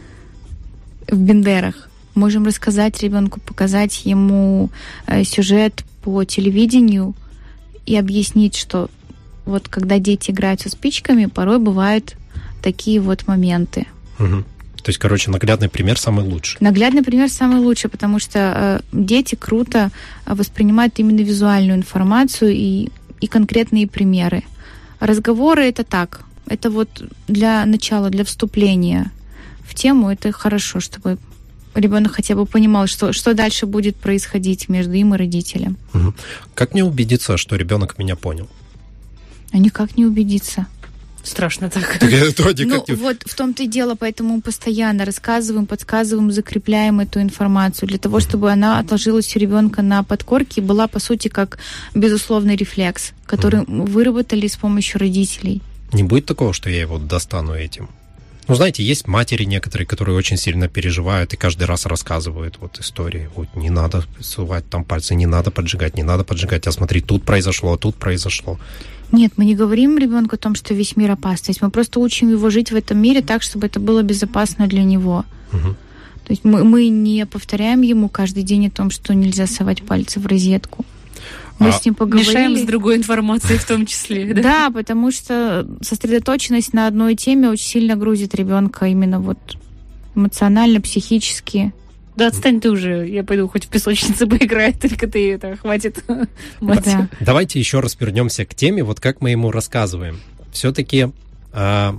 S7: в Бендерах. Можем рассказать ребенку, показать ему э, сюжет по телевидению и объяснить, что вот когда дети играют со спичками, порой бывают такие вот моменты.
S2: Угу. То есть, короче, наглядный пример самый лучший.
S7: Наглядный пример самый лучший, потому что э, дети круто воспринимают именно визуальную информацию и, и конкретные примеры. Разговоры — это так. Это вот для начала, для вступления в тему, это хорошо, чтобы ребенок хотя бы понимал, что, что дальше будет происходить между им и родителем.
S2: Угу. Как мне убедиться, что ребенок меня понял?
S7: А никак не убедиться.
S3: Страшно так.
S2: так это,
S7: ну, вот в том-то и дело, поэтому мы постоянно рассказываем, подсказываем, закрепляем эту информацию для того, чтобы она отложилась у ребенка на подкорке и была, по сути, как безусловный рефлекс, который mm. выработали с помощью родителей.
S2: Не будет такого, что я его достану этим? Ну, знаете, есть матери некоторые, которые очень сильно переживают и каждый раз рассказывают вот истории. Вот не надо сувать там пальцы, не надо поджигать, не надо поджигать. А смотри, тут произошло, тут произошло.
S7: Нет, мы не говорим ребенку о том, что весь мир опасность. Мы просто учим его жить в этом мире так, чтобы это было безопасно для него.
S2: Угу.
S7: То есть мы, мы не повторяем ему каждый день о том, что нельзя совать пальцы в розетку. Мы а с ним поговорили.
S3: Мешаем с другой информацией в том числе. Да?
S7: Да, потому что сосредоточенность на одной теме очень сильно грузит ребенка именно вот эмоционально, психически.
S3: Да отстань ты уже, я пойду хоть в песочнице поиграю, только ты это, хватит.
S7: Да.
S2: Давайте еще раз вернемся к теме, вот как мы ему рассказываем. Все-таки, а,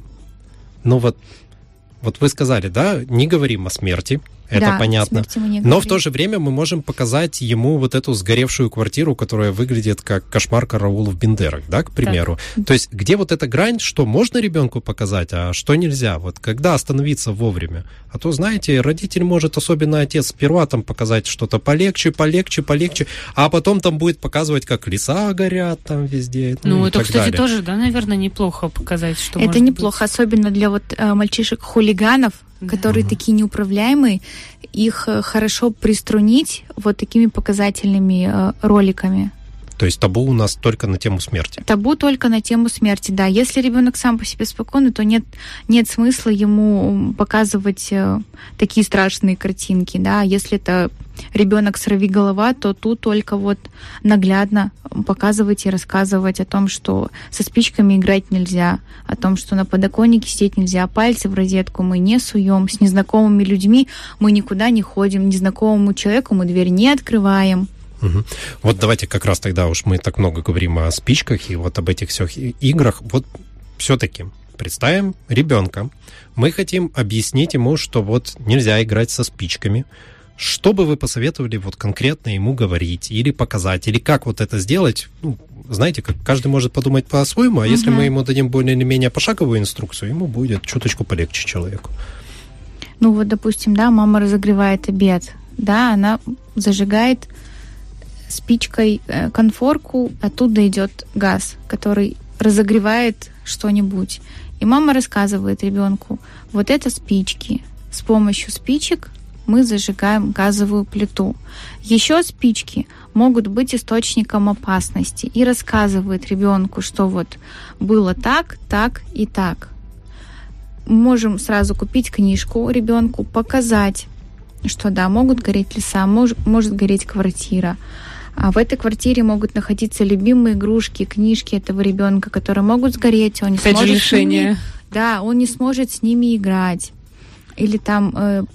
S2: ну вот, вот вы сказали, да, не говорим о смерти, это
S7: да,
S2: понятно. Но в то же время мы можем показать ему вот эту сгоревшую квартиру, которая выглядит как кошмар караул в Бендерах, да, к примеру. Так. То есть где вот эта грань, что можно ребенку показать, а что нельзя? Вот когда остановиться вовремя? А то, знаете, родитель может, особенно отец, сперва там показать что-то полегче, полегче, полегче, а потом там будет показывать, как леса горят там везде.
S3: Ну,
S2: ну
S3: это,
S2: так
S3: кстати,
S2: далее.
S3: тоже, да, наверное, неплохо показать, что
S7: это
S3: может
S7: неплохо,
S3: быть.
S7: Особенно для вот э, мальчишек-хулиганов, которые
S2: mm-hmm.
S7: такие неуправляемые, их хорошо приструнить вот такими показательными э, роликами.
S2: То есть табу у нас только на тему смерти?
S7: Табу только на тему смерти, да. Если ребенок сам по себе спокойный, то нет, нет смысла ему показывать э, такие страшные картинки, да. Если это ребенок сорвиголова, то тут только вот наглядно показывать и рассказывать о том, что со спичками играть нельзя, о том, что на подоконнике сидеть нельзя, пальцы в розетку мы не суем, с незнакомыми людьми мы никуда не ходим, незнакомому человеку мы дверь не открываем.
S2: Угу. Вот давайте как раз тогда уж мы так много говорим о спичках и вот об этих всех играх. Вот все-таки представим ребенка. Мы хотим объяснить ему, что вот нельзя играть со спичками. Что бы вы посоветовали вот конкретно ему говорить или показать, или как вот это сделать? Ну, знаете, как каждый может подумать по-своему, а угу. если мы ему дадим более или менее пошаговую инструкцию, ему будет чуточку полегче человеку.
S7: Ну вот, допустим, да, мама разогревает обед, да, она зажигает спичкой э, конфорку, оттуда идет газ, который разогревает что-нибудь. И мама рассказывает ребенку, вот это спички. С помощью спичек мы зажигаем газовую плиту. Еще спички могут быть источником опасности. И рассказывает ребенку, что вот было так, так и так. Можем сразу купить книжку ребенку, показать, что да, могут гореть леса, мож, может гореть квартира. А в этой квартире могут находиться любимые игрушки, книжки этого ребенка, которые могут сгореть, он не
S3: Опять
S7: сможет
S3: же лишение.
S7: с ними, да, он не сможет с ними играть. Или там э,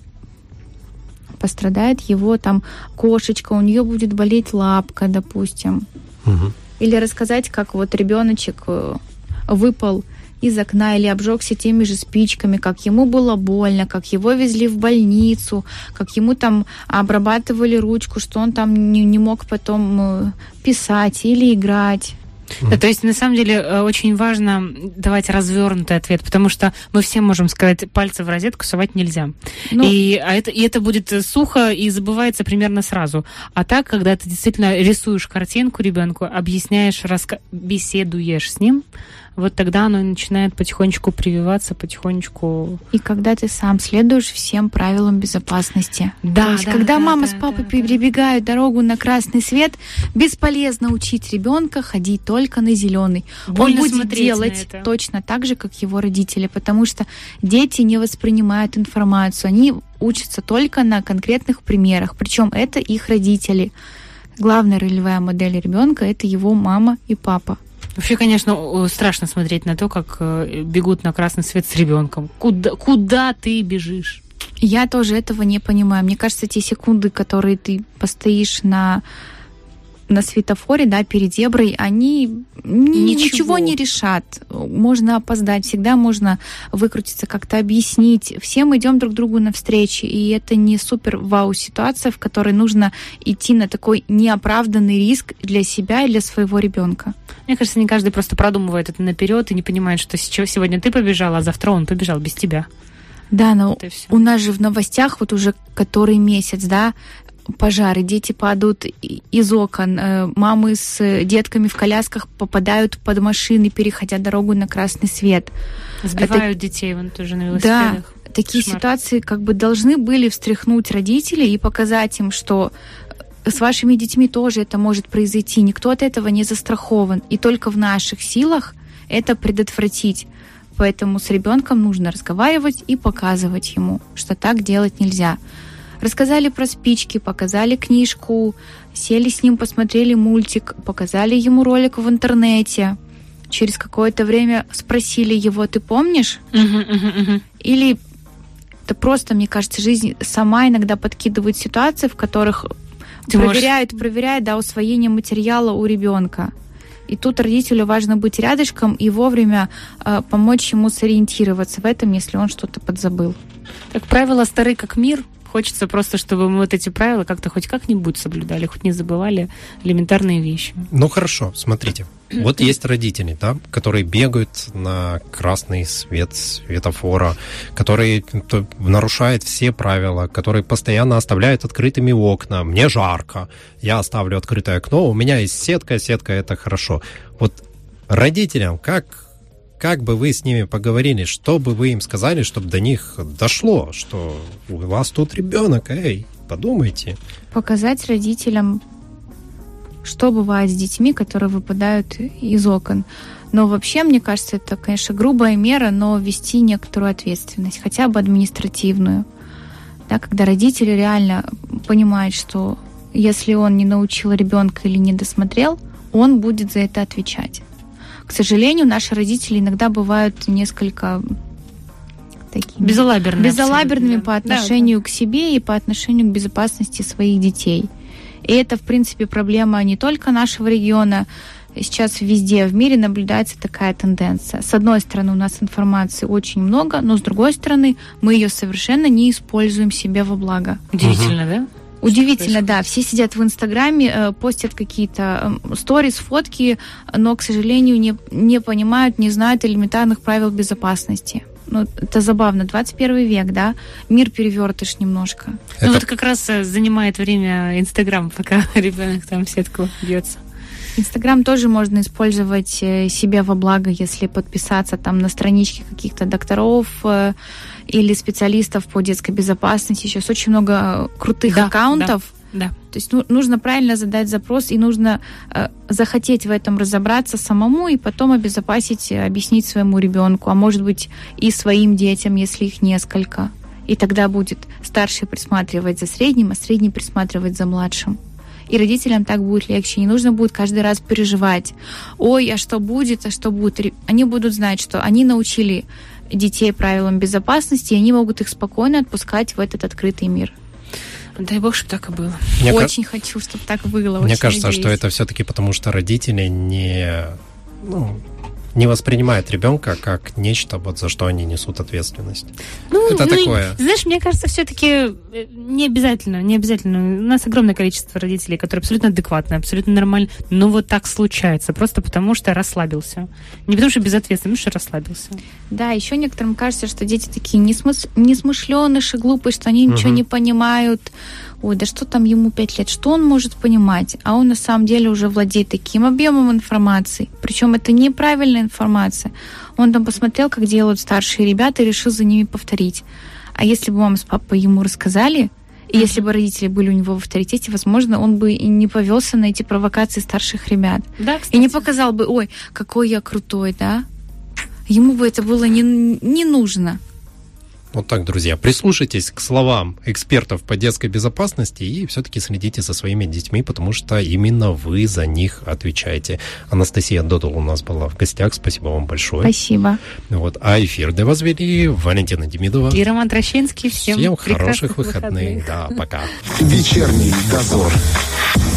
S7: пострадает его там кошечка, у нее будет болеть лапка, допустим.
S2: Угу.
S7: Или рассказать, как вот ребеночек э, выпал из окна или обжегся теми же спичками, как ему было больно, как его везли в больницу, как ему там обрабатывали ручку, что он там не, не мог потом писать или играть.
S3: Да, то есть, на самом деле, очень важно давать развернутый ответ, потому что мы все можем сказать, пальцы в розетку совать нельзя. Ну, и, а это, и это будет сухо и забывается примерно сразу. А так, когда ты действительно рисуешь картинку ребенку, объясняешь, раска... беседуешь с ним, вот тогда оно начинает потихонечку прививаться, потихонечку...
S7: И когда ты сам следуешь всем правилам безопасности.
S3: Да,
S7: То есть,
S3: да,
S7: когда
S3: да,
S7: мама
S3: да,
S7: с папой
S3: да,
S7: перебегают да. дорогу на красный свет, бесполезно учить ребенка ходить только на зеленый. Он будет делать точно так же, как его родители, потому что дети не воспринимают информацию, они учатся только на конкретных примерах, причем это их родители. Главная ролевая модель ребенка — это его мама и папа.
S3: Вообще, конечно, страшно смотреть на то, как бегут на красный свет с ребенком. Куда, куда ты бежишь?
S7: Я тоже этого не понимаю. Мне кажется, те секунды, которые ты постоишь на, на светофоре, да, перед зеброй, они ничего. ничего не решат. Можно опоздать, всегда можно выкрутиться, как-то объяснить. Все мы идем друг другу навстречу, и это не супер-вау-ситуация, в которой нужно идти на такой неоправданный риск для себя и для своего ребенка.
S3: Мне кажется, не каждый просто продумывает это наперед и не понимает, что сегодня ты побежала, а завтра он побежал без тебя.
S7: Да, но вот у нас же в новостях вот уже который месяц, да, пожары, дети падают из окон, мамы с детками в колясках попадают под машины, переходя дорогу на красный свет.
S3: Сбивают Это... детей вон тоже на велосипедах.
S7: Да, такие Кошмар. Ситуации как бы должны были встряхнуть родителей и показать им, что с вашими детьми тоже это может произойти. Никто от этого не застрахован. И только в наших силах это предотвратить. Поэтому с ребенком нужно разговаривать и показывать ему, что так делать нельзя. Рассказали про спички, показали книжку, сели с ним, посмотрели мультик, показали ему ролик в интернете. Через какое-то время спросили его: ты помнишь?
S3: Uh-huh, uh-huh, uh-huh.
S7: Или это просто, мне кажется, жизнь сама иногда подкидывает ситуации, в которых Ты проверяют, можешь... проверяют да, усвоение материала у ребенка. И тут родителю важно быть рядышком и вовремя э, помочь ему сориентироваться в этом, если он что-то подзабыл.
S3: Так правила стары как мир. Хочется просто, чтобы мы вот эти правила как-то хоть как-нибудь соблюдали, хоть не забывали элементарные вещи.
S2: Ну хорошо, смотрите. Вот есть родители, да, которые бегают на красный свет светофора, которые нарушают все правила, которые постоянно оставляют открытыми окна. Мне жарко, я оставлю открытое окно, у меня есть сетка, сетка — это хорошо. Вот родителям как... Как бы вы с ними поговорили, что бы вы им сказали, чтобы до них дошло, что у вас тут ребенок, эй, подумайте.
S7: Показать родителям, что бывает с детьми, которые выпадают из окон. Но вообще, мне кажется, это, конечно, грубая мера, но ввести некоторую ответственность, хотя бы административную. Да, когда родители реально понимают, что если он не научил ребенка или не досмотрел, он будет за это отвечать. К сожалению, наши родители иногда бывают несколько такими
S3: безалаберными,
S7: безалаберными
S3: да.
S7: по отношению
S3: да, да.
S7: к себе и по отношению к безопасности своих детей. И это, в принципе, проблема не только нашего региона. Сейчас везде в мире наблюдается такая тенденция. С одной стороны, у нас информации очень много, но с другой стороны, мы ее совершенно не используем себе во благо.
S3: Удивительно, угу. да?
S7: Удивительно, да. Все сидят в Инстаграме, э, постят какие-то э, сторис, фотки, но, к сожалению, не, не понимают, не знают элементарных правил безопасности. Ну, это забавно. двадцать первый век, да? Мир перевертыш немножко.
S3: Это... Ну, вот как раз занимает время Инстаграм, пока ребенок там в сетку бьется.
S7: Инстаграм тоже можно использовать себе во благо, если подписаться там на странички каких-то докторов э, или специалистов по детской безопасности. Сейчас очень много крутых да, аккаунтов.
S3: Да, да.
S7: То есть ну, нужно правильно задать запрос, и нужно э, захотеть в этом разобраться самому, и потом обезопасить, объяснить своему ребенку, а может быть и своим детям, если их несколько. И тогда будет старший присматривать за средним, а средний присматривать за младшим. И родителям так будет легче. Не нужно будет каждый раз переживать. Ой, а что будет, а что будет? Они будут знать, что они научили детей правилам безопасности, и они могут их спокойно отпускать в этот открытый мир.
S3: Дай бог, чтобы так и было.
S7: Мне очень ка... хочу, чтобы так было.
S2: Мне
S7: очень
S2: кажется,
S7: надеюсь.
S2: что это все-таки потому, что родители не... Ну, не воспринимают ребенка как нечто, вот за что они несут ответственность.
S3: Ну,
S2: это
S3: ну,
S2: такое.
S3: Знаешь, мне кажется, все-таки не обязательно, не обязательно. У нас огромное количество родителей, которые абсолютно адекватные, абсолютно нормальные, но вот так случается, просто потому что расслабился. Не потому что безответственно, потому что расслабился.
S7: Да, еще некоторым кажется, что дети такие несмыс... несмышленыши, глупые, что они ничего uh-huh. не понимают. ой, да что там ему пять лет, что он может понимать? А он на самом деле уже владеет таким объемом информации. Причем это неправильная информация. Он там посмотрел, как делают старшие ребята, и решил за ними повторить. А если бы мама с папой ему рассказали, и mm-hmm. если бы родители были у него в авторитете, возможно, он бы и не повелся на эти провокации старших ребят.
S3: Да, кстати.
S7: И не показал бы, ой, какой я крутой, да? Ему бы это было не, не нужно.
S2: Вот так, друзья, прислушайтесь к словам экспертов по детской безопасности и все-таки следите за своими детьми, потому что именно вы за них отвечаете. Анастасия Додул у нас была в гостях, спасибо вам большое.
S7: Спасибо.
S2: Вот. А эфир для вас вели Валентина Демидова
S3: и Роман Трощинский. Всем,
S2: Всем хороших выходных.
S3: выходных.
S2: Да, пока.
S1: Вечерний дозор.